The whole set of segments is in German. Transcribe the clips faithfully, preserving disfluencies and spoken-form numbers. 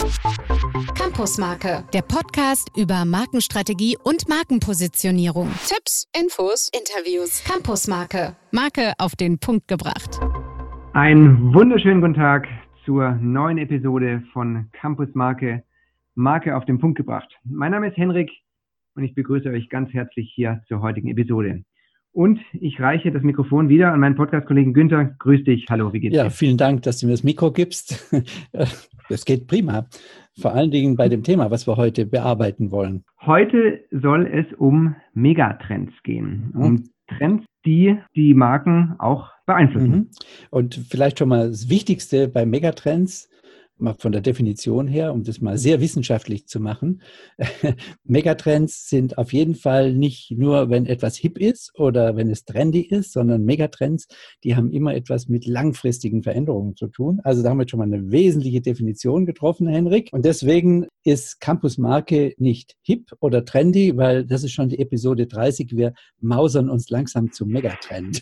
Campusmarke, der Podcast über Markenstrategie und Markenpositionierung. Tipps, Infos, Interviews. Campusmarke, Marke auf den Punkt gebracht. Einen wunderschönen guten Tag zur neuen Episode von Campusmarke, Marke auf den Punkt gebracht. Mein Name ist Henrik und ich begrüße euch ganz herzlich hier zur heutigen Episode. Und ich reiche das Mikrofon wieder an meinen Podcast-Kollegen Günther. Grüß dich. Hallo, wie geht's dir? Ja, vielen Dank, dass du mir das Mikro gibst. Das geht prima. Vor allen Dingen bei dem Thema, was wir heute bearbeiten wollen. Heute soll es um Megatrends gehen. Um Trends, die die Marken auch beeinflussen. Mhm. Und vielleicht schon mal das Wichtigste bei Megatrends, mal von der Definition her, um das mal sehr wissenschaftlich zu machen. Megatrends sind auf jeden Fall nicht nur, wenn etwas hip ist oder wenn es trendy ist, sondern Megatrends, die haben immer etwas mit langfristigen Veränderungen zu tun. Also da haben wir jetzt schon mal eine wesentliche Definition getroffen, Henrik. Und deswegen ist Campusmarke nicht hip oder trendy, weil das ist schon die Episode dreißig. Wir mausern uns langsam zum Megatrend.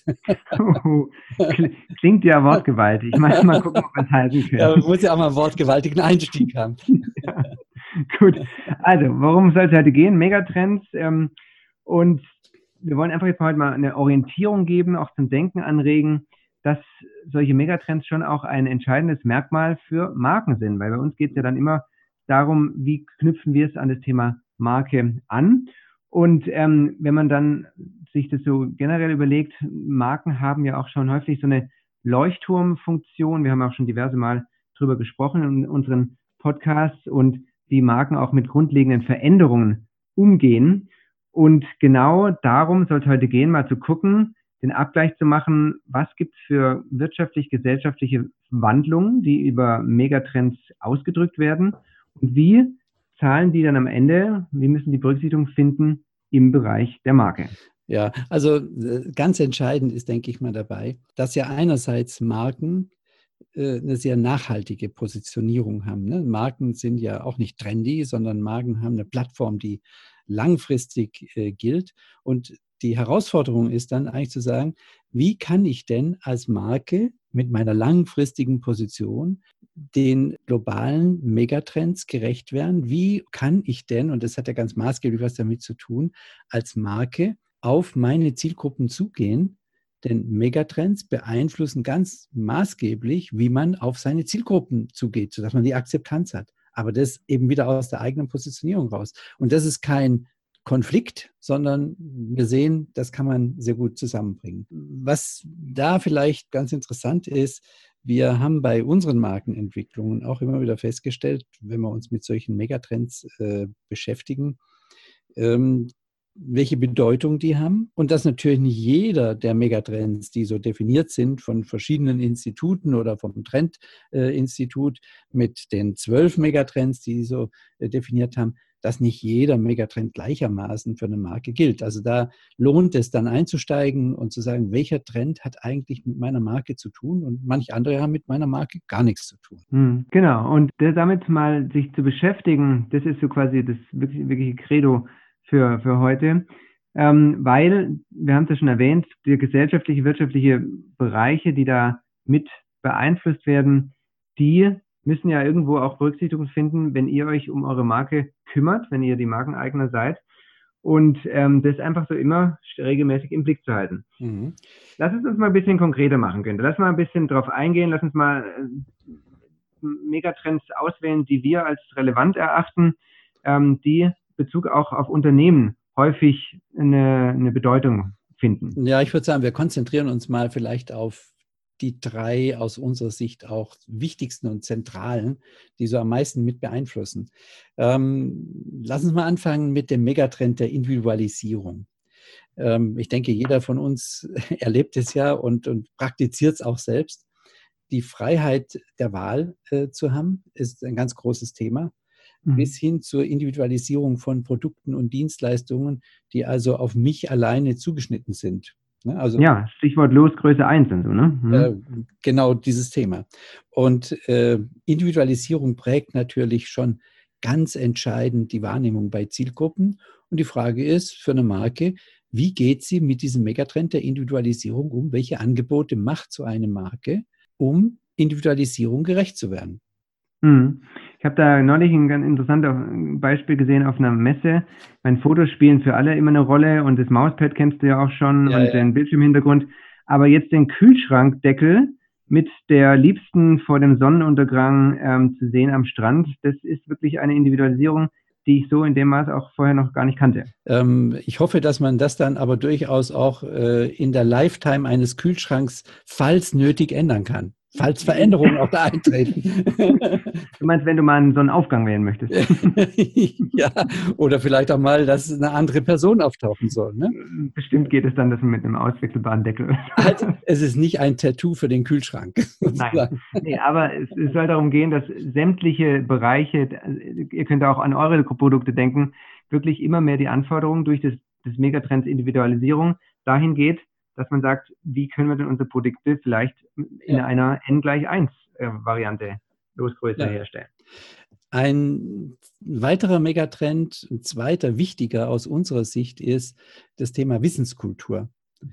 Oh, klingt ja wortgewaltig. Ich muss mal gucken, ob wir es halten können. Ja, man muss ja auch mal einen wortgewaltigen Einstieg haben. Ja, gut. Also, worum soll es heute gehen? Megatrends. Ähm, und wir wollen einfach jetzt heute mal eine Orientierung geben, auch zum Denken anregen, dass solche Megatrends schon auch ein entscheidendes Merkmal für Marken sind. Weil bei uns geht es ja dann immer darum, wie knüpfen wir es an das Thema Marke an. Und ähm, wenn man dann sich das so generell überlegt, Marken haben ja auch schon häufig so eine Leuchtturmfunktion. Wir haben auch schon diverse Mal drüber gesprochen in unseren Podcasts und wie Marken auch mit grundlegenden Veränderungen umgehen. Und genau darum soll es heute gehen, mal zu gucken, den Abgleich zu machen, was gibt es für wirtschaftlich-gesellschaftliche Wandlungen, die über Megatrends ausgedrückt werden und wie zahlen die dann am Ende, wie müssen die Berücksichtigung finden im Bereich der Marke. Ja, also ganz entscheidend ist, denke ich mal, dabei, dass ja einerseits Marken äh, eine sehr nachhaltige Positionierung haben. Ne? Marken sind ja auch nicht trendy, sondern Marken haben eine Plattform, die langfristig äh, gilt. Und die Herausforderung ist dann eigentlich zu sagen, wie kann ich denn als Marke mit meiner langfristigen Position den globalen Megatrends gerecht werden? Wie kann ich denn, und das hat ja ganz maßgeblich was damit zu tun, als Marke auf meine Zielgruppen zugehen? Denn Megatrends beeinflussen ganz maßgeblich, wie man auf seine Zielgruppen zugeht, sodass man die Akzeptanz hat. Aber das eben wieder aus der eigenen Positionierung raus. Und das ist kein Konflikt, sondern wir sehen, das kann man sehr gut zusammenbringen. Was da vielleicht ganz interessant ist, wir haben bei unseren Markenentwicklungen auch immer wieder festgestellt, wenn wir uns mit solchen Megatrends äh, beschäftigen, ähm, welche Bedeutung die haben und dass natürlich nicht jeder der Megatrends, die so definiert sind von verschiedenen Instituten oder vom Trendinstitut äh, mit den zwölf Megatrends, die sie so äh, definiert haben, dass nicht jeder Megatrend gleichermaßen für eine Marke gilt. Also da lohnt es dann einzusteigen und zu sagen, welcher Trend hat eigentlich mit meiner Marke zu tun und manche andere haben mit meiner Marke gar nichts zu tun. Hm, genau, und damit mal sich zu beschäftigen, das ist so quasi das wirklich, wirkliche Credo für, für heute, ähm, weil, wir haben es ja schon erwähnt, die gesellschaftliche, wirtschaftliche Bereiche, die da mit beeinflusst werden, die müssen ja irgendwo auch Berücksichtigung finden, wenn ihr euch um eure Marke kümmert, wenn ihr die Markeneigner seid. Und ähm, das einfach so immer regelmäßig im Blick zu halten. Mhm. Lass uns uns mal ein bisschen konkreter machen können. Lass uns mal ein bisschen drauf eingehen. Lass uns mal äh, Megatrends auswählen, die wir als relevant erachten, ähm, die Bezug auch auf Unternehmen häufig eine, eine Bedeutung finden. Ja, ich würde sagen, wir konzentrieren uns mal vielleicht auf die drei aus unserer Sicht auch wichtigsten und zentralen, die so am meisten mit beeinflussen. Ähm, lass uns mal anfangen mit dem Megatrend der Individualisierung. Ähm, ich denke, jeder von uns erlebt es ja und, und praktiziert es auch selbst. Die Freiheit der Wahl äh, zu haben, ist ein ganz großes Thema. Mhm. Bis hin zur Individualisierung von Produkten und Dienstleistungen, die also auf mich alleine zugeschnitten sind. Also, ja, Stichwort Losgröße eins und so, ne? Mhm. Äh, genau dieses Thema. Und äh, Individualisierung prägt natürlich schon ganz entscheidend die Wahrnehmung bei Zielgruppen. Und die Frage ist für eine Marke, wie geht sie mit diesem Megatrend der Individualisierung um? Welche Angebote macht so eine Marke, um Individualisierung gerecht zu werden? Mhm. Ich habe da neulich ein ganz interessantes Beispiel gesehen auf einer Messe. Meine Fotos spielen für alle immer eine Rolle und das Mauspad kennst du ja auch schon Ja, und ja. den Bildschirmhintergrund. Aber jetzt den Kühlschrankdeckel mit der Liebsten vor dem Sonnenuntergang ähm, zu sehen am Strand, das ist wirklich eine Individualisierung, die ich so in dem Maß auch vorher noch gar nicht kannte. Ähm, ich hoffe, dass man das dann aber durchaus auch äh, in der Lifetime eines Kühlschranks, falls nötig, ändern kann. Falls Veränderungen auch da eintreten. Du meinst, wenn du mal einen Sonnenaufgang wählen möchtest? Ja, oder vielleicht auch mal, dass eine andere Person auftauchen soll. Ne? Bestimmt geht es dann das mit einem auswechselbaren Deckel. Also, es ist nicht ein Tattoo für den Kühlschrank. Nein, nee, aber es, es soll darum gehen, dass sämtliche Bereiche, ihr könnt auch an eure Produkte denken, wirklich immer mehr die Anforderungen durch das, das Megatrends Individualisierung dahin geht, dass man sagt, wie können wir denn unsere Produkte vielleicht in Ja. einer N gleich eins äh, Variante Losgröße Ja. herstellen. Ein weiterer Megatrend, ein zweiter wichtiger aus unserer Sicht ist das Thema Wissenskultur.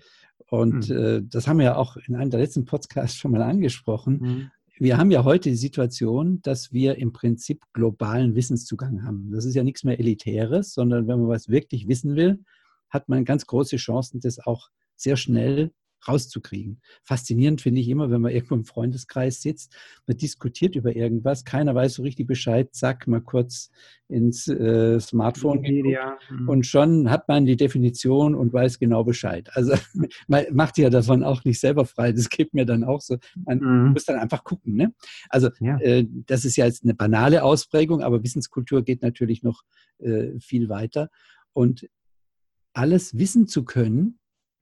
Und Mhm. äh, das haben wir ja auch in einem der letzten Podcasts schon mal angesprochen. Mhm. Wir haben ja heute die Situation, dass wir im Prinzip globalen Wissenszugang haben. Das ist ja nichts mehr Elitäres, sondern wenn man was wirklich wissen will, hat man ganz große Chancen, das auch sehr schnell rauszukriegen. Faszinierend finde ich immer, wenn man irgendwo im Freundeskreis sitzt, man diskutiert über irgendwas, keiner weiß so richtig Bescheid, zack, mal kurz ins äh, Smartphone geguckt und schon hat man die Definition und weiß genau Bescheid. Also man macht ja davon auch nicht selber frei, das geht mir dann auch so. Man Mhm. muss dann einfach gucken. Ne? Also Ja. äh, das ist ja jetzt eine banale Ausprägung, aber Wissenskultur geht natürlich noch äh, viel weiter. Und alles wissen zu können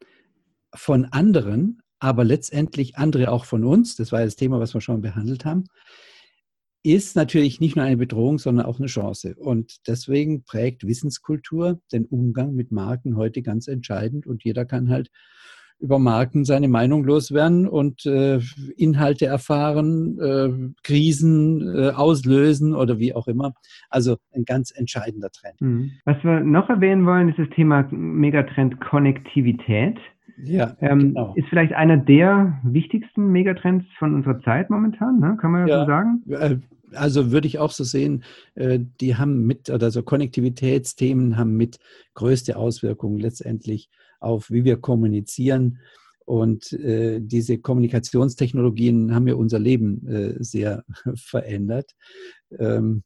von anderen, aber letztendlich andere auch von uns, das war das Thema, was wir schon behandelt haben, ist natürlich nicht nur eine Bedrohung, sondern auch eine Chance. Und deswegen prägt Wissenskultur den Umgang mit Marken heute ganz entscheidend. Und jeder kann halt über Marken seine Meinung loswerden und äh, Inhalte erfahren, äh, Krisen äh, auslösen oder wie auch immer. Also ein ganz entscheidender Trend. Mhm. Was wir noch erwähnen wollen, ist das Thema Megatrend Konnektivität. Ja, Ähm, genau. ist vielleicht einer der wichtigsten Megatrends von unserer Zeit momentan, ne? Kann man ja, Ja. so sagen? Also würde ich auch so sehen, die haben mit, oder so Konnektivitätsthemen haben mit größte Auswirkungen letztendlich auf, wie wir kommunizieren. Und äh, diese Kommunikationstechnologien haben ja unser Leben äh, sehr verändert. Ähm,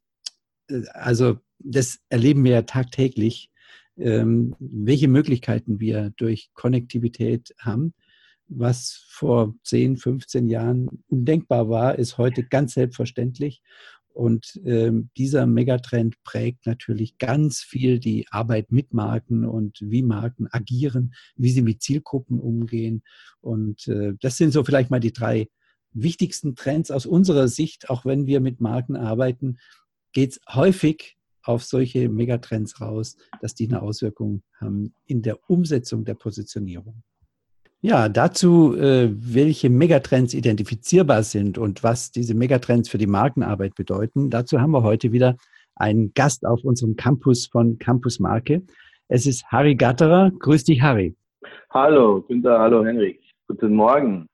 also das erleben wir ja tagtäglich, ähm, welche Möglichkeiten wir durch Konnektivität haben. Was vor zehn, fünfzehn Jahren undenkbar war, ist heute ganz selbstverständlich. Und ähm, dieser Megatrend prägt natürlich ganz viel die Arbeit mit Marken und wie Marken agieren, wie sie mit Zielgruppen umgehen. Und äh, das sind so vielleicht mal die drei wichtigsten Trends aus unserer Sicht. Auch wenn wir mit Marken arbeiten, geht es häufig auf solche Megatrends raus, dass die eine Auswirkung haben in der Umsetzung der Positionierung. Ja, dazu, äh, welche Megatrends identifizierbar sind und was diese Megatrends für die Markenarbeit bedeuten, dazu haben wir heute wieder einen Gast auf unserem Campus von Campus Marke. Es ist Harry Gatterer. Grüß dich, Harry. Hallo, Günther, hallo, Henrik. Guten Morgen.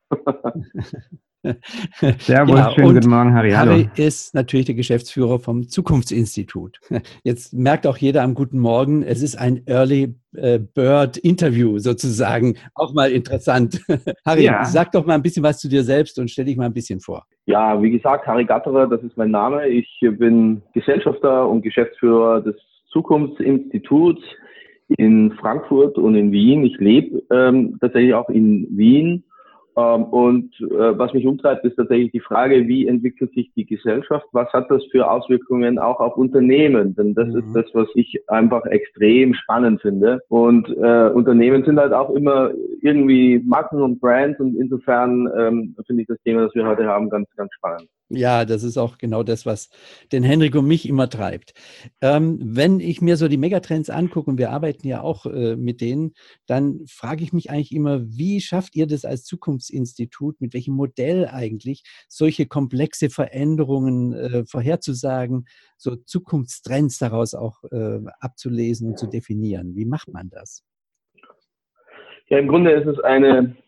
Servus, Ja, schönen guten Morgen, Harry. Harry Hallo. ist natürlich der Geschäftsführer vom Zukunftsinstitut. Jetzt merkt auch jeder am guten Morgen, es ist ein Early Bird Interview sozusagen. Auch mal interessant. Harry, Ja. sag doch mal ein bisschen was zu dir selbst und stell dich mal ein bisschen vor. Ja, wie gesagt, Harry Gatterer, das ist mein Name. Ich bin Gesellschafter und Geschäftsführer des Zukunftsinstituts in Frankfurt und in Wien. Ich lebe ähm, tatsächlich auch in Wien. Ähm, und äh, was mich umtreibt, ist tatsächlich die Frage, wie entwickelt sich die Gesellschaft? Was hat das für Auswirkungen auch auf Unternehmen? Denn das mhm. ist das, was ich einfach extrem spannend finde. Und äh, Unternehmen sind halt auch immer irgendwie Marken und Brands. Und insofern ähm, finde ich das Thema, das wir heute haben, ganz, ganz spannend. Ja, das ist auch genau das, was den Henrik und mich immer treibt. Ähm, wenn ich mir so die Megatrends angucke, und wir arbeiten ja auch äh, mit denen, dann frage ich mich eigentlich immer, wie schafft ihr das als Zukunftsinstitut, mit welchem Modell eigentlich solche komplexe Veränderungen äh, vorherzusagen, so Zukunftstrends daraus auch äh, abzulesen und zu definieren? Wie macht man das? Ja, im Grunde ist es eine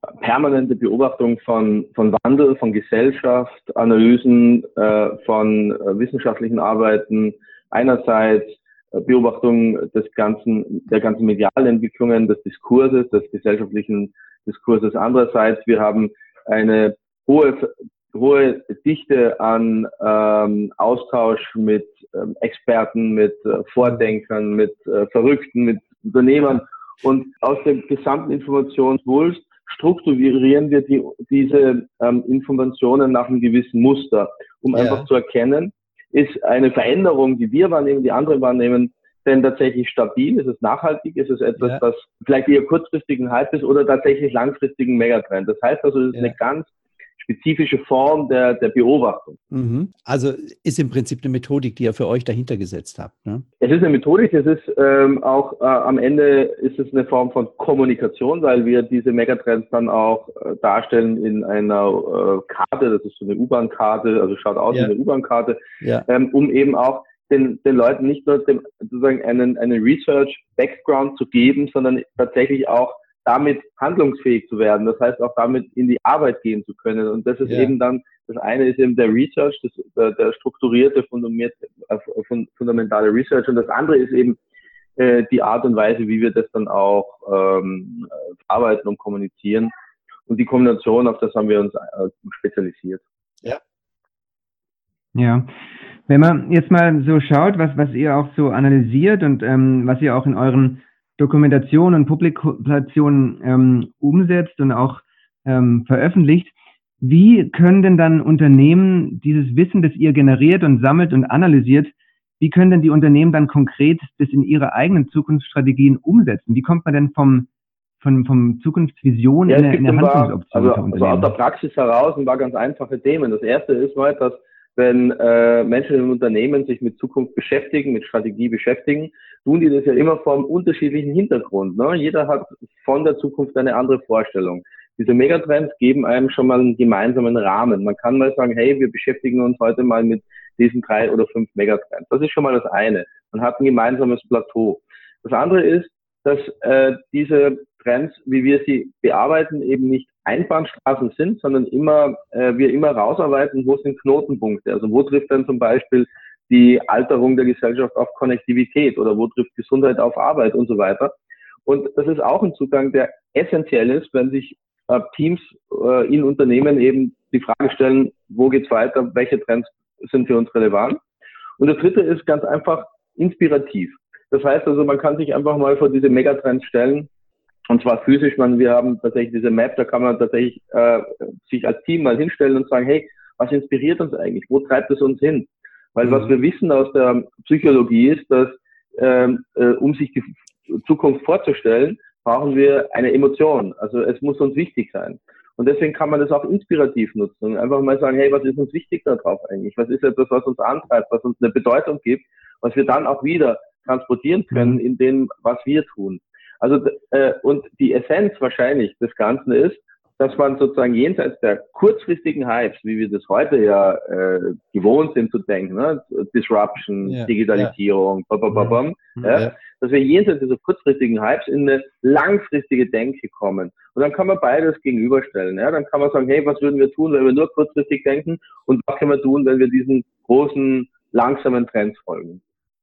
permanente Beobachtung von, von Wandel, von Gesellschaft, Analysen äh, von äh, wissenschaftlichen Arbeiten, einerseits äh, Beobachtung des ganzen, der ganzen medialen Entwicklungen, des Diskurses, des gesellschaftlichen Diskurses andererseits. Wir haben eine hohe, hohe Dichte an ähm, Austausch mit ähm, Experten, mit äh, Vordenkern, mit äh, Verrückten, mit Unternehmern und aus dem gesamten Informationswulst strukturieren wir die, diese ähm, Informationen nach einem gewissen Muster, um ja. einfach zu erkennen, ist eine Veränderung, die wir wahrnehmen, die andere wahrnehmen, denn tatsächlich stabil, ist es nachhaltig, ist es etwas, ja. das vielleicht eher kurzfristigen Hype ist oder tatsächlich langfristigen Megatrend. Das heißt also, es ist ja. eine ganz spezifische Form der, der Beobachtung. Mhm. Also ist im Prinzip eine Methodik, die ihr für euch dahinter gesetzt habt, ne? Es ist eine Methodik, es ist ähm, auch äh, am Ende ist es eine Form von Kommunikation, weil wir diese Megatrends dann auch äh, darstellen in einer äh, Karte, das ist so eine U-Bahn-Karte, also schaut aus ja. wie eine U-Bahn-Karte, ja. ähm, um eben auch den, den Leuten nicht nur dem, sozusagen einen, einen Research-Background zu geben, sondern tatsächlich auch damit handlungsfähig zu werden, das heißt auch damit in die Arbeit gehen zu können. Und das ist ja. eben dann, das eine ist eben der Research, das, der, der strukturierte, fundamentale Research und das andere ist eben äh, die Art und Weise, wie wir das dann auch ähm, verarbeiten und kommunizieren. Und die Kombination, auf das haben wir uns äh, spezialisiert. Ja. Ja. Wenn man jetzt mal so schaut, was, was ihr auch so analysiert und ähm, was ihr auch in euren Dokumentation und Publikation ähm, umsetzt und auch ähm, veröffentlicht, wie können denn dann Unternehmen dieses Wissen, das ihr generiert und sammelt und analysiert, wie können denn die Unternehmen dann konkret das in ihre eigenen Zukunftsstrategien umsetzen? Wie kommt man denn vom, vom, vom Zukunftsvision ja, in eine, in eine Handlungsoption? Also, also aus der Praxis heraus ein paar ganz einfache Themen. Das erste ist mal, dass wenn äh, Menschen im Unternehmen sich mit Zukunft beschäftigen, mit Strategie beschäftigen, tun die das ja immer vor einem unterschiedlichen Hintergrund. Ne? Jeder hat von der Zukunft eine andere Vorstellung. Diese Megatrends geben einem schon mal einen gemeinsamen Rahmen. Man kann mal sagen, hey, wir beschäftigen uns heute mal mit diesen drei oder fünf Megatrends. Das ist schon mal das eine. Man hat ein gemeinsames Plateau. Das andere ist, dass äh, diese Trends, wie wir sie bearbeiten, eben nicht Einbahnstraßen sind, sondern immer äh, wir immer rausarbeiten, wo sind Knotenpunkte. Also wo trifft dann zum Beispiel die Alterung der Gesellschaft auf Konnektivität oder wo trifft Gesundheit auf Arbeit und so weiter. Und das ist auch ein Zugang, der essentiell ist, wenn sich äh, Teams äh, in Unternehmen eben die Frage stellen, wo geht's weiter, welche Trends sind für uns relevant. Und das dritte ist ganz einfach inspirativ. Das heißt also, man kann sich einfach mal vor diese Megatrends stellen, und zwar physisch. Man, wir haben tatsächlich diese Map, da kann man tatsächlich äh, sich als Team mal hinstellen und sagen, hey, was inspiriert uns eigentlich? Wo treibt es uns hin? Weil mhm. was wir wissen aus der Psychologie ist, dass ähm, äh, um sich die Zukunft vorzustellen, brauchen wir eine Emotion. Also es muss uns wichtig sein. Und deswegen kann man das auch inspirativ nutzen und einfach mal sagen, hey, was ist uns wichtig darauf eigentlich? Was ist etwas, was uns antreibt, was uns eine Bedeutung gibt, was wir dann auch wieder transportieren können in dem, was wir tun. Also äh, und die Essenz wahrscheinlich des Ganzen ist, dass man sozusagen jenseits der kurzfristigen Hypes, wie wir das heute ja äh, gewohnt sind zu denken, ne? Disruption, ja, Digitalisierung, ja. Babababam, mhm. ja, dass wir jenseits dieser kurzfristigen Hypes in eine langfristige Denke kommen. Und dann kann man beides gegenüberstellen. Ja? Dann kann man sagen, hey, was würden wir tun, wenn wir nur kurzfristig denken und was können wir tun, wenn wir diesen großen, langsamen Trends folgen.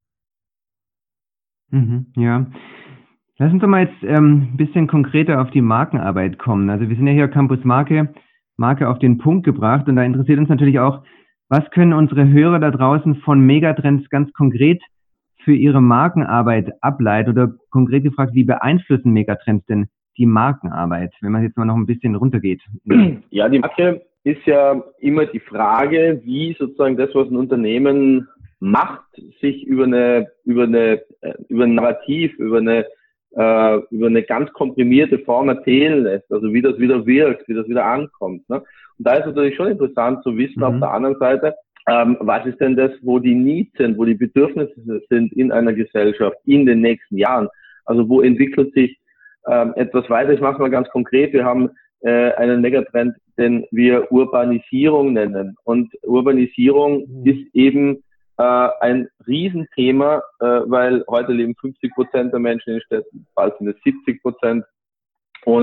Mhm, ja. Lass uns doch mal jetzt ähm, ein bisschen konkreter auf die Markenarbeit kommen. Also wir sind ja hier Campus Marke, Marke auf den Punkt gebracht und da interessiert uns natürlich auch, was können unsere Hörer da draußen von Megatrends ganz konkret für ihre Markenarbeit ableiten oder konkret gefragt, wie beeinflussen Megatrends denn die Markenarbeit, wenn man jetzt mal noch ein bisschen runtergeht? Ja, die Marke ist ja immer die Frage, wie sozusagen das, was ein Unternehmen macht, sich über eine, über eine, über ein Narrativ, über eine äh, über eine ganz komprimierte Form erzählen lässt, also wie das wieder wirkt, wie das wieder ankommt. Ne? Und da ist natürlich schon interessant zu wissen, mhm. auf der anderen Seite, ähm, was ist denn das, wo die Needs sind, wo die Bedürfnisse sind in einer Gesellschaft in den nächsten Jahren. Also wo entwickelt sich ähm, etwas weiter. Ich mache es mal ganz konkret. Wir haben äh, einen Megatrend, den wir Urbanisierung nennen. Und Urbanisierung mhm. ist eben äh, ein Riesenthema, äh, weil heute leben fünfzig Prozent der Menschen in Städten, bald sind es siebzig Prozent. Und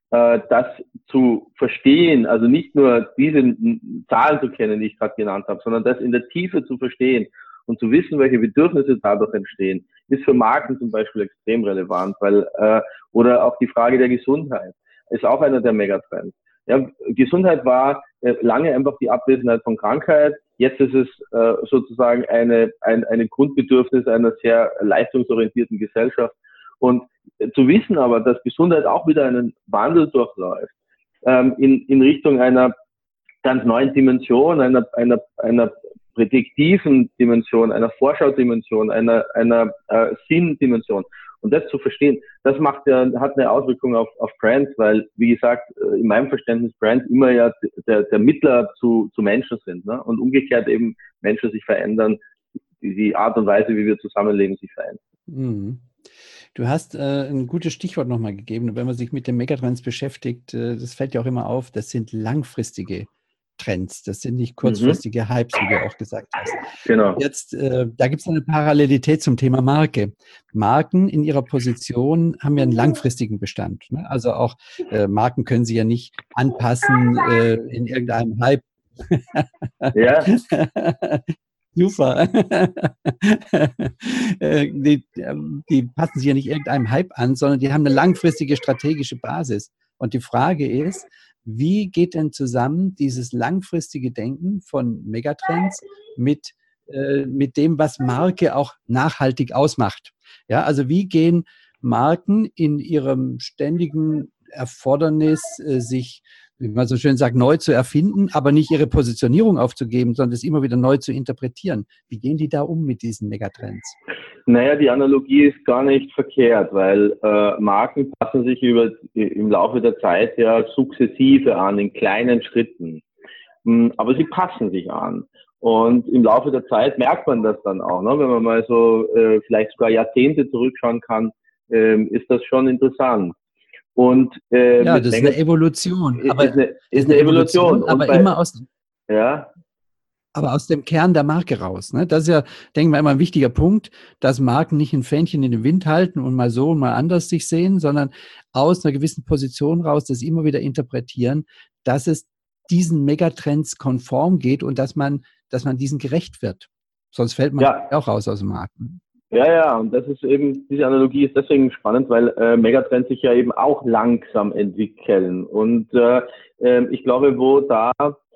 äh, das zu verstehen, also nicht nur diese Zahlen zu kennen, die ich gerade genannt habe, sondern das in der Tiefe zu verstehen und zu wissen, welche Bedürfnisse dadurch entstehen, ist für Marken zum Beispiel extrem relevant, weil äh, oder auch die Frage der Gesundheit ist auch einer der Megatrends. Ja, Gesundheit war äh, lange einfach die Abwesenheit von Krankheit. Jetzt ist es äh, sozusagen eine ein eine Grundbedürfnis einer sehr leistungsorientierten Gesellschaft. Und äh, zu wissen aber, dass Gesundheit auch wieder einen Wandel durchläuft ähm, in in Richtung einer ganz neuen Dimension, einer einer einer prädiktiven Dimension, einer Vorschaudimension, einer einer äh, Sinndimension. Und das zu verstehen, das macht ja, hat eine Auswirkung auf, auf Brands, weil, wie gesagt, in meinem Verständnis Brands immer ja der, der Mittler zu, zu Menschen sind, ne? Und umgekehrt eben Menschen sich verändern, die, die Art und Weise, wie wir zusammenleben, sich verändert. Mhm. Du hast äh, ein gutes Stichwort nochmal gegeben. Wenn man sich mit den Megatrends beschäftigt, äh, das fällt ja auch immer auf, das sind langfristige Trends. Das sind nicht kurzfristige mhm. Hypes, wie du auch gesagt hast. Genau. Jetzt, äh, da gibt es eine Parallelität zum Thema Marke. Marken in ihrer Position haben ja einen langfristigen Bestand. Ne? Also auch äh, Marken können sie ja nicht anpassen äh, in irgendeinem Hype. Ja. Super. die, die passen sich ja nicht irgendeinem Hype an, sondern die haben eine langfristige strategische Basis. Und die Frage ist, wie geht denn zusammen dieses langfristige Denken von Megatrends mit, äh, mit dem, was Marke auch nachhaltig ausmacht? Ja, also wie gehen Marken in ihrem ständigen Erfordernis, äh, sich, wie man so schön sagt, neu zu erfinden, aber nicht ihre Positionierung aufzugeben, sondern es immer wieder neu zu interpretieren? Wie gehen die da um mit diesen Megatrends? Naja, die Analogie ist gar nicht verkehrt, weil äh, Marken passen sich über, im Laufe der Zeit ja sukzessive an, in kleinen Schritten. Aber sie passen sich an. Und im Laufe der Zeit merkt man das dann auch, ne? Wenn man mal so äh, vielleicht sogar Jahrzehnte zurückschauen kann, äh, ist das schon interessant. Und äh, ja, das ist eine Evolution. Aber ist eine, ist ist eine Evolution, Evolution aber bei, immer aus... Ja. Aber aus dem Kern der Marke raus. Ne? Das ist ja, denken wir, immer ein wichtiger Punkt, dass Marken nicht ein Fähnchen in den Wind halten und mal so und mal anders sich sehen, sondern aus einer gewissen Position raus das immer wieder interpretieren, dass es diesen Megatrends konform geht und dass man, dass man diesen gerecht wird. Sonst fällt man ja auch raus aus dem Markt. Ne? Ja, ja, und das ist eben, diese Analogie ist deswegen spannend, weil äh, Megatrends sich ja eben auch langsam entwickeln. Und äh, äh, ich glaube, wo da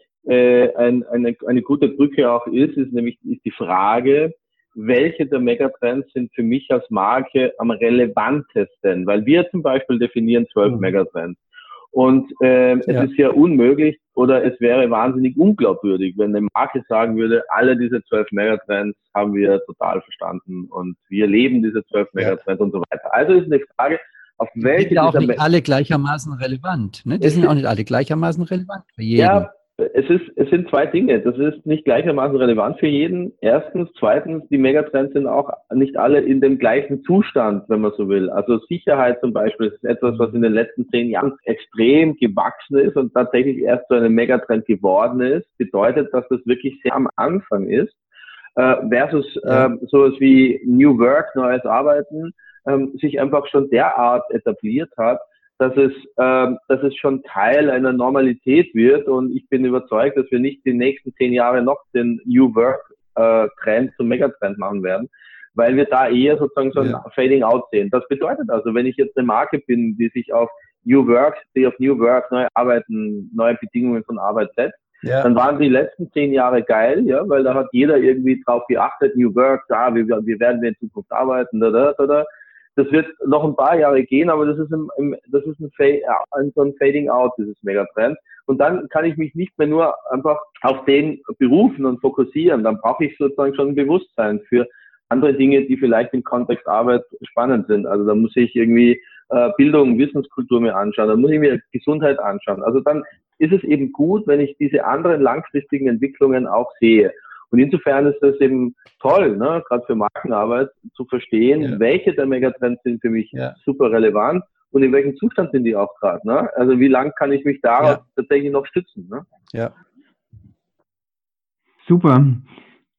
Äh, ein, eine, eine gute Brücke auch ist, ist nämlich ist die Frage, welche der Megatrends sind für mich als Marke am relevantesten? Weil wir zum Beispiel definieren zwölf mhm. Megatrends. Und äh, es ja. ist ja unmöglich oder es wäre wahnsinnig unglaubwürdig, wenn eine Marke sagen würde, alle diese zwölf Megatrends haben wir total verstanden und wir leben diese zwölf Megatrends ja. und so weiter. Also ist eine Frage, auf welche... Die sind ja auch nicht alle gleichermaßen relevant. Ne? Die sind ja auch nicht alle gleichermaßen relevant für jeden. Ja, Es ist, es sind zwei Dinge. Das ist nicht gleichermaßen relevant für jeden. Erstens. Zweitens, die Megatrends sind auch nicht alle in dem gleichen Zustand, wenn man so will. Also Sicherheit zum Beispiel ist etwas, was in den letzten zehn Jahren extrem gewachsen ist und tatsächlich erst zu einem Megatrend geworden ist. Bedeutet, dass das wirklich sehr am Anfang ist. Äh, versus ja. äh, sowas wie New Work, neues Arbeiten, äh, sich einfach schon derart etabliert hat, dass es, äh, dass es schon Teil einer Normalität wird. Und ich bin überzeugt, dass wir nicht die nächsten zehn Jahre noch den New Work-Trend äh, zum Megatrend machen werden, weil wir da eher sozusagen so ein ja. Fading Out sehen. Das bedeutet also, wenn ich jetzt eine Marke bin, die sich auf New Work, die auf New Work, neue Arbeiten, neue Bedingungen von Arbeit setzt, ja. dann waren die letzten zehn Jahre geil, ja, weil da hat jeder irgendwie drauf geachtet, New Work, da, wie, wie werden wir in Zukunft arbeiten, da, da, da, da. Das wird noch ein paar Jahre gehen, aber das ist, im, im, das ist ein, Fade, ein, so ein Fading Out, dieses Megatrend. Und dann kann ich mich nicht mehr nur einfach auf den berufen und fokussieren. Dann brauche ich sozusagen schon ein Bewusstsein für andere Dinge, die vielleicht im Kontext Arbeit spannend sind. Also da muss ich irgendwie äh, Bildung, Wissenskultur mir anschauen, dann muss ich mir Gesundheit anschauen. Also dann ist es eben gut, wenn ich diese anderen langfristigen Entwicklungen auch sehe. Und insofern ist das eben toll, ne, gerade für Markenarbeit zu verstehen, ja. welche der Megatrends sind für mich ja. super relevant und in welchem Zustand sind die auch gerade. Ne? Also wie lange kann ich mich darauf ja. tatsächlich noch stützen? Ne? Ja. Super.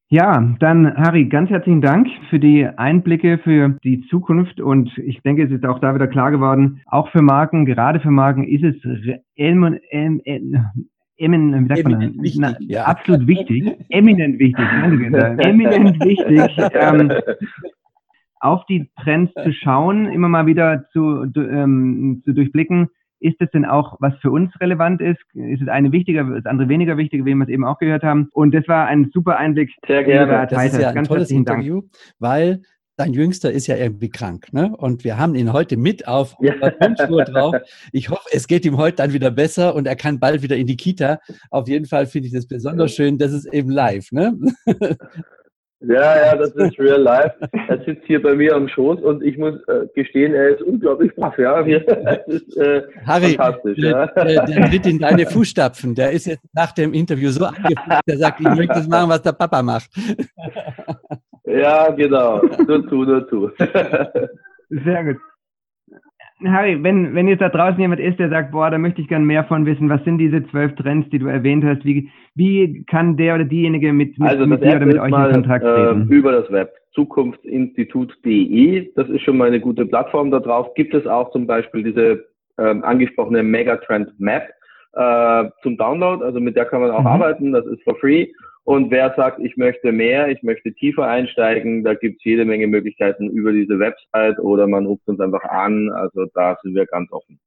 Ja, dann Harry, ganz herzlichen Dank für die Einblicke für die Zukunft und ich denke, es ist auch da wieder klar geworden, auch für Marken, gerade für Marken ist es emin, emin, emin, wie sagt man, Eminent wichtig, na, ja. absolut wichtig, eminent wichtig, danke Günther, eminent wichtig, ähm, auf die Trends zu schauen, immer mal wieder zu, ähm, zu durchblicken. Ist es denn auch, was für uns relevant ist? Ist es eine wichtiger, das andere weniger wichtig, wie wir es eben auch gehört haben? Und das war ein super Einblick. Sehr gerne. Das ist ja ein Ganz tolles Interview, Dank. Weil dein Jüngster ist ja irgendwie krank, ne? Und wir haben ihn heute mit auf der Tonspur drauf. Ich hoffe, es geht ihm heute dann wieder besser und er kann bald wieder in die Kita. Auf jeden Fall finde ich das besonders schön, dass es eben live, ne? Ja, ja, das ist real life. Er sitzt hier bei mir am Schoß und ich muss äh, gestehen, er ist unglaublich brav, ja. Das ist äh, Harry, fantastisch. Der, ja. der, der tritt in deine Fußstapfen. Der ist jetzt nach dem Interview so angefangen, der sagt, ich möchte das machen, was der Papa macht. Ja, genau. Nur zu, nur zu. Sehr gut. Harry, wenn, wenn jetzt da draußen jemand ist, der sagt, boah, da möchte ich gern mehr von wissen, was sind diese zwölf Trends, die du erwähnt hast, wie, wie kann der oder diejenige mit, mit, also mit dir oder mit euch mal, in Kontakt treten? Äh, über das Web, zukunftsinstitut punkt de, das ist schon mal eine gute Plattform. Da drauf gibt es auch zum Beispiel diese ähm, angesprochene Megatrend Map äh, zum Download, also mit der kann man auch mhm. arbeiten, das ist for free. Und wer sagt, ich möchte mehr, ich möchte tiefer einsteigen, da gibt es jede Menge Möglichkeiten über diese Website oder man ruft uns einfach an. Also da sind wir ganz offen.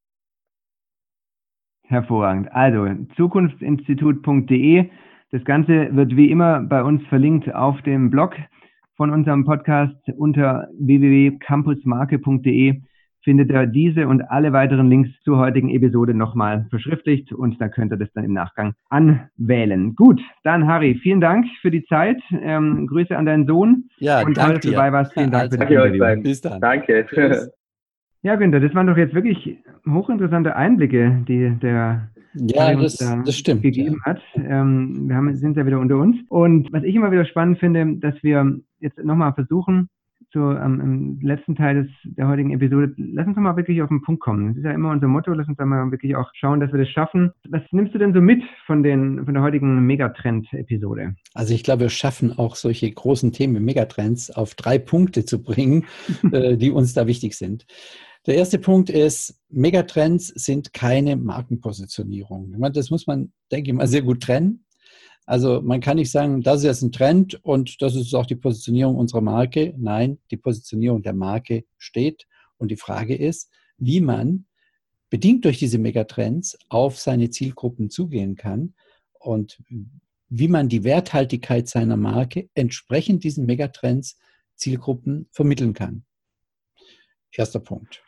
Hervorragend. Also zukunftsinstitut punkt de. Das Ganze wird wie immer bei uns verlinkt auf dem Blog von unserem Podcast unter w w w punkt campusmarke punkt de. Findet ihr diese und alle weiteren Links zur heutigen Episode nochmal verschriftlicht und da könnt ihr das dann im Nachgang anwählen. Gut, dann Harry, vielen Dank für die Zeit. Ähm, Grüße an deinen Sohn. Ja, und danke dir. Dabei warst. Vielen Dank also, für das Interview. Bis dann. Danke. Ja, Günther, das waren doch jetzt wirklich hochinteressante Einblicke, die der ja, Harry uns das, da das stimmt, gegeben ja. hat. Ähm, wir haben, sind ja wieder unter uns. Und was ich immer wieder spannend finde, dass wir jetzt nochmal versuchen, so ähm, im letzten Teil des, der heutigen Episode, lass uns doch mal wirklich auf den Punkt kommen. Das ist ja immer unser Motto, lass uns da mal wirklich auch schauen, dass wir das schaffen. Was nimmst du denn so mit von, den, von der heutigen Megatrend-Episode? Also ich glaube, wir schaffen auch solche großen Themen, Megatrends, auf drei Punkte zu bringen, äh, die uns da wichtig sind. Der erste Punkt ist, Megatrends sind keine Markenpositionierung. Das muss man, denke ich mal, sehr gut trennen. Also man kann nicht sagen, das ist jetzt ein Trend und das ist auch die Positionierung unserer Marke. Nein, die Positionierung der Marke steht. Und die Frage ist, wie man bedingt durch diese Megatrends auf seine Zielgruppen zugehen kann und wie man die Werthaltigkeit seiner Marke entsprechend diesen Megatrends Zielgruppen vermitteln kann. Erster Punkt.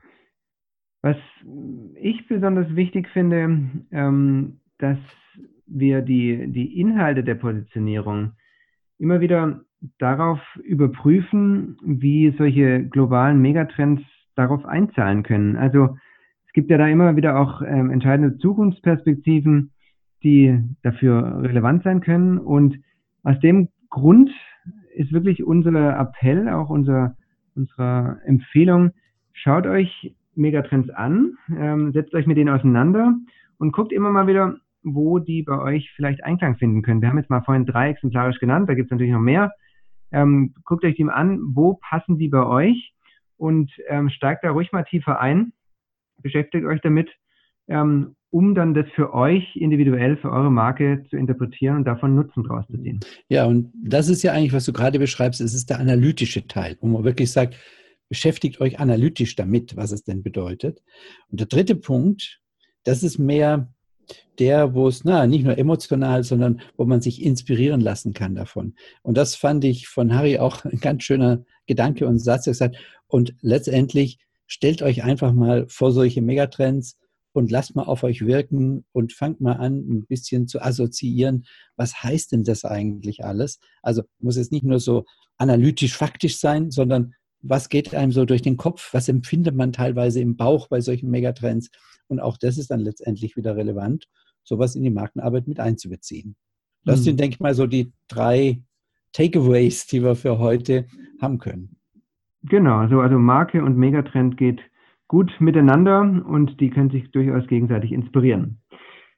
Was ich besonders wichtig finde, ähm, dass wir die, die Inhalte der Positionierung immer wieder darauf überprüfen, wie solche globalen Megatrends darauf einzahlen können. Also es gibt ja da immer wieder auch ähm, entscheidende Zukunftsperspektiven, die dafür relevant sein können. Und aus dem Grund ist wirklich unser Appell, auch unser, unsere Empfehlung, schaut euch Megatrends an, ähm, setzt euch mit denen auseinander und guckt immer mal wieder, wo die bei euch vielleicht Einklang finden können. Wir haben jetzt mal vorhin drei exemplarisch genannt, da gibt es natürlich noch mehr. Ähm, guckt euch die mal an, wo passen die bei euch und ähm, steigt da ruhig mal tiefer ein, beschäftigt euch damit, ähm, um dann das für euch individuell, für eure Marke zu interpretieren und davon Nutzen draus zu ziehen. Ja, und das ist ja eigentlich, was du gerade beschreibst, es ist der analytische Teil, wo man wirklich sagt, beschäftigt euch analytisch damit, was es denn bedeutet. Und der dritte Punkt, das ist mehr der, wo es na, nicht nur emotional, sondern wo man sich inspirieren lassen kann davon. Und das fand ich von Harry auch ein ganz schöner Gedanke und Satz, der gesagt, und letztendlich stellt euch einfach mal vor solche Megatrends und lasst mal auf euch wirken und fangt mal an, ein bisschen zu assoziieren, was heißt denn das eigentlich alles? Also muss es nicht nur so analytisch-faktisch sein, sondern was geht einem so durch den Kopf? Was empfindet man teilweise im Bauch bei solchen Megatrends? Und auch das ist dann letztendlich wieder relevant, sowas in die Markenarbeit mit einzubeziehen. Das mhm. sind, denke ich mal, so die drei Takeaways, die wir für heute haben können. Genau, so also Marke und Megatrend geht gut miteinander und die können sich durchaus gegenseitig inspirieren.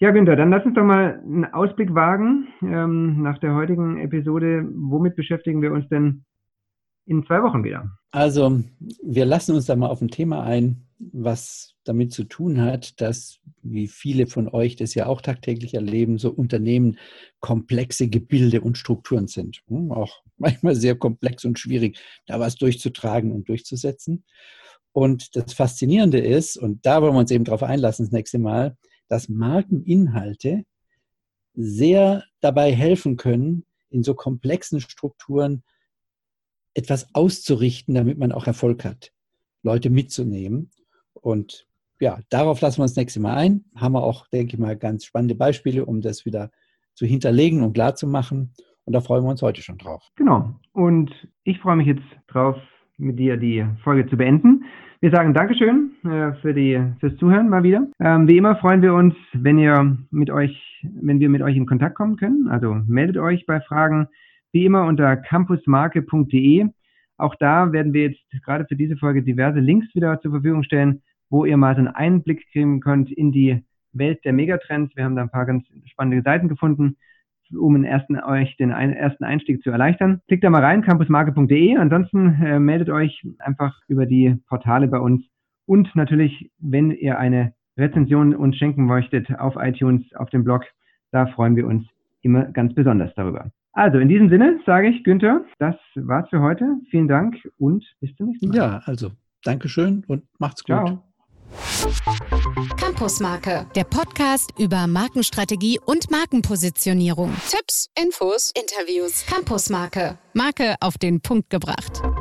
Ja, Günther, dann lass uns doch mal einen Ausblick wagen ähm, nach der heutigen Episode. Womit beschäftigen wir uns denn in zwei Wochen wieder? Also wir lassen uns da mal auf ein Thema ein, was damit zu tun hat, dass, wie viele von euch das ja auch tagtäglich erleben, so Unternehmen komplexe Gebilde und Strukturen sind. Auch manchmal sehr komplex und schwierig, da was durchzutragen und durchzusetzen. Und das Faszinierende ist, und da wollen wir uns eben drauf einlassen das nächste Mal, dass Markeninhalte sehr dabei helfen können, in so komplexen Strukturen etwas auszurichten, damit man auch Erfolg hat, Leute mitzunehmen. Und ja, darauf lassen wir uns das nächste Mal ein. Haben wir auch, denke ich mal, ganz spannende Beispiele, um das wieder zu hinterlegen und klar zu machen. Und da freuen wir uns heute schon drauf. Genau. Und ich freue mich jetzt drauf, mit dir die Folge zu beenden. Wir sagen Dankeschön äh, für die, fürs Zuhören mal wieder. Ähm, wie immer freuen wir uns, wenn ihr mit euch, wenn wir mit euch in Kontakt kommen können. Also meldet euch bei Fragen, wie immer unter campusmarke punkt de. Auch da werden wir jetzt gerade für diese Folge diverse Links wieder zur Verfügung stellen, wo ihr mal so einen Einblick kriegen könnt in die Welt der Megatrends. Wir haben da ein paar ganz spannende Seiten gefunden, um den ersten, euch den ein, ersten Einstieg zu erleichtern. Klickt da mal rein, campusmarke punkt de. Ansonsten äh, meldet euch einfach über die Portale bei uns. Und natürlich, wenn ihr eine Rezension uns schenken möchtet auf iTunes, auf dem Blog, da freuen wir uns immer ganz besonders darüber. Also in diesem Sinne sage ich, Günther, das war's für heute. Vielen Dank und bis zum nächsten Mal. Ja, also Dankeschön und macht's gut. Ciao. Campusmarke, der Podcast über Markenstrategie und Markenpositionierung. Tipps, Infos, Interviews. Campusmarke, Marke auf den Punkt gebracht.